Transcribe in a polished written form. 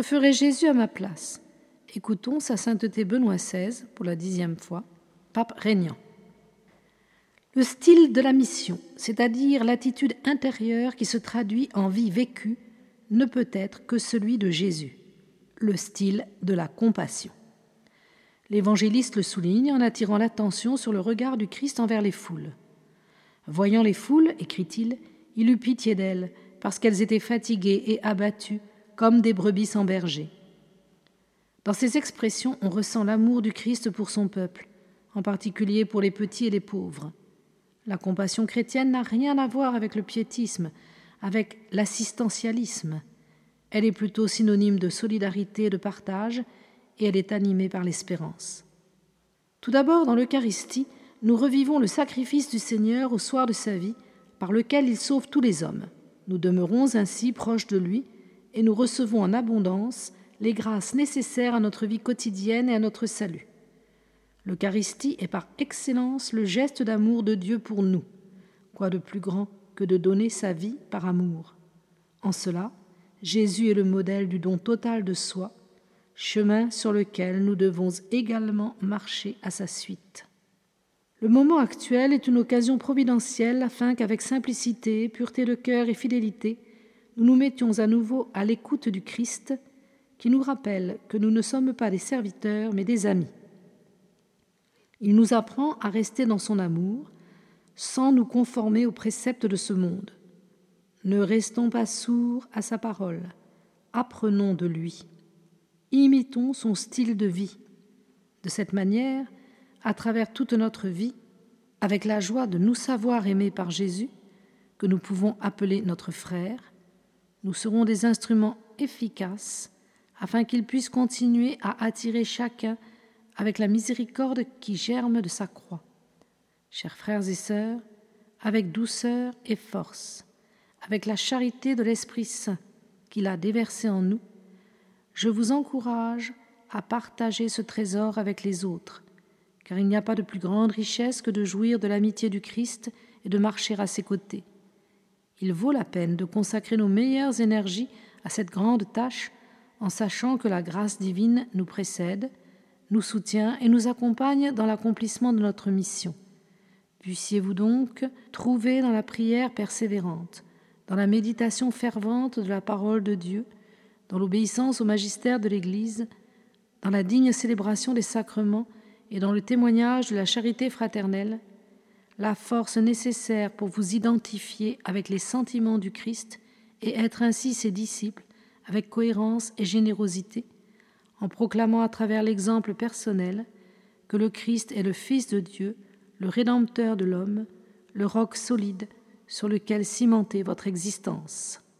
Que ferait Jésus à ma place ? Écoutons sa sainteté Benoît XVI, pour la 10e fois, pape régnant. Le style de la mission, c'est-à-dire l'attitude intérieure qui se traduit en vie vécue, ne peut être que celui de Jésus, le style de la compassion. L'évangéliste le souligne en attirant l'attention sur le regard du Christ envers les foules. Voyant les foules, écrit-il, il eut pitié d'elles, parce qu'elles étaient fatiguées et abattues, comme des brebis sans berger. Dans ces expressions, on ressent l'amour du Christ pour son peuple, en particulier pour les petits et les pauvres. La compassion chrétienne n'a rien à voir avec le piétisme, avec l'assistentialisme. Elle est plutôt synonyme de solidarité et de partage, et elle est animée par l'espérance. Tout d'abord, dans l'Eucharistie, nous revivons le sacrifice du Seigneur au soir de sa vie, par lequel il sauve tous les hommes. Nous demeurons ainsi proches de lui, et nous recevons en abondance les grâces nécessaires à notre vie quotidienne et à notre salut. L'Eucharistie est par excellence le geste d'amour de Dieu pour nous. Quoi de plus grand que de donner sa vie par amour ? En cela, Jésus est le modèle du don total de soi, chemin sur lequel nous devons également marcher à sa suite. Le moment actuel est une occasion providentielle afin qu'avec simplicité, pureté de cœur et fidélité, nous nous mettions à nouveau à l'écoute du Christ, qui nous rappelle que nous ne sommes pas des serviteurs, mais des amis. Il nous apprend à rester dans son amour, sans nous conformer aux préceptes de ce monde. Ne restons pas sourds à sa parole, apprenons de lui. Imitons son style de vie. De cette manière, à travers toute notre vie, avec la joie de nous savoir aimés par Jésus, que nous pouvons appeler notre frère, nous serons des instruments efficaces afin qu'il puisse continuer à attirer chacun avec la miséricorde qui germe de sa croix. Chers frères et sœurs, avec douceur et force, avec la charité de l'Esprit Saint qu'il a déversé en nous, je vous encourage à partager ce trésor avec les autres, car il n'y a pas de plus grande richesse que de jouir de l'amitié du Christ et de marcher à ses côtés. Il vaut la peine de consacrer nos meilleures énergies à cette grande tâche en sachant que la grâce divine nous précède, nous soutient et nous accompagne dans l'accomplissement de notre mission. Puissiez-vous donc trouver dans la prière persévérante, dans la méditation fervente de la parole de Dieu, dans l'obéissance au magistère de l'Église, dans la digne célébration des sacrements et dans le témoignage de la charité fraternelle, la force nécessaire pour vous identifier avec les sentiments du Christ et être ainsi ses disciples avec cohérence et générosité, en proclamant à travers l'exemple personnel que le Christ est le Fils de Dieu, le Rédempteur de l'homme, le roc solide sur lequel cimenter votre existence.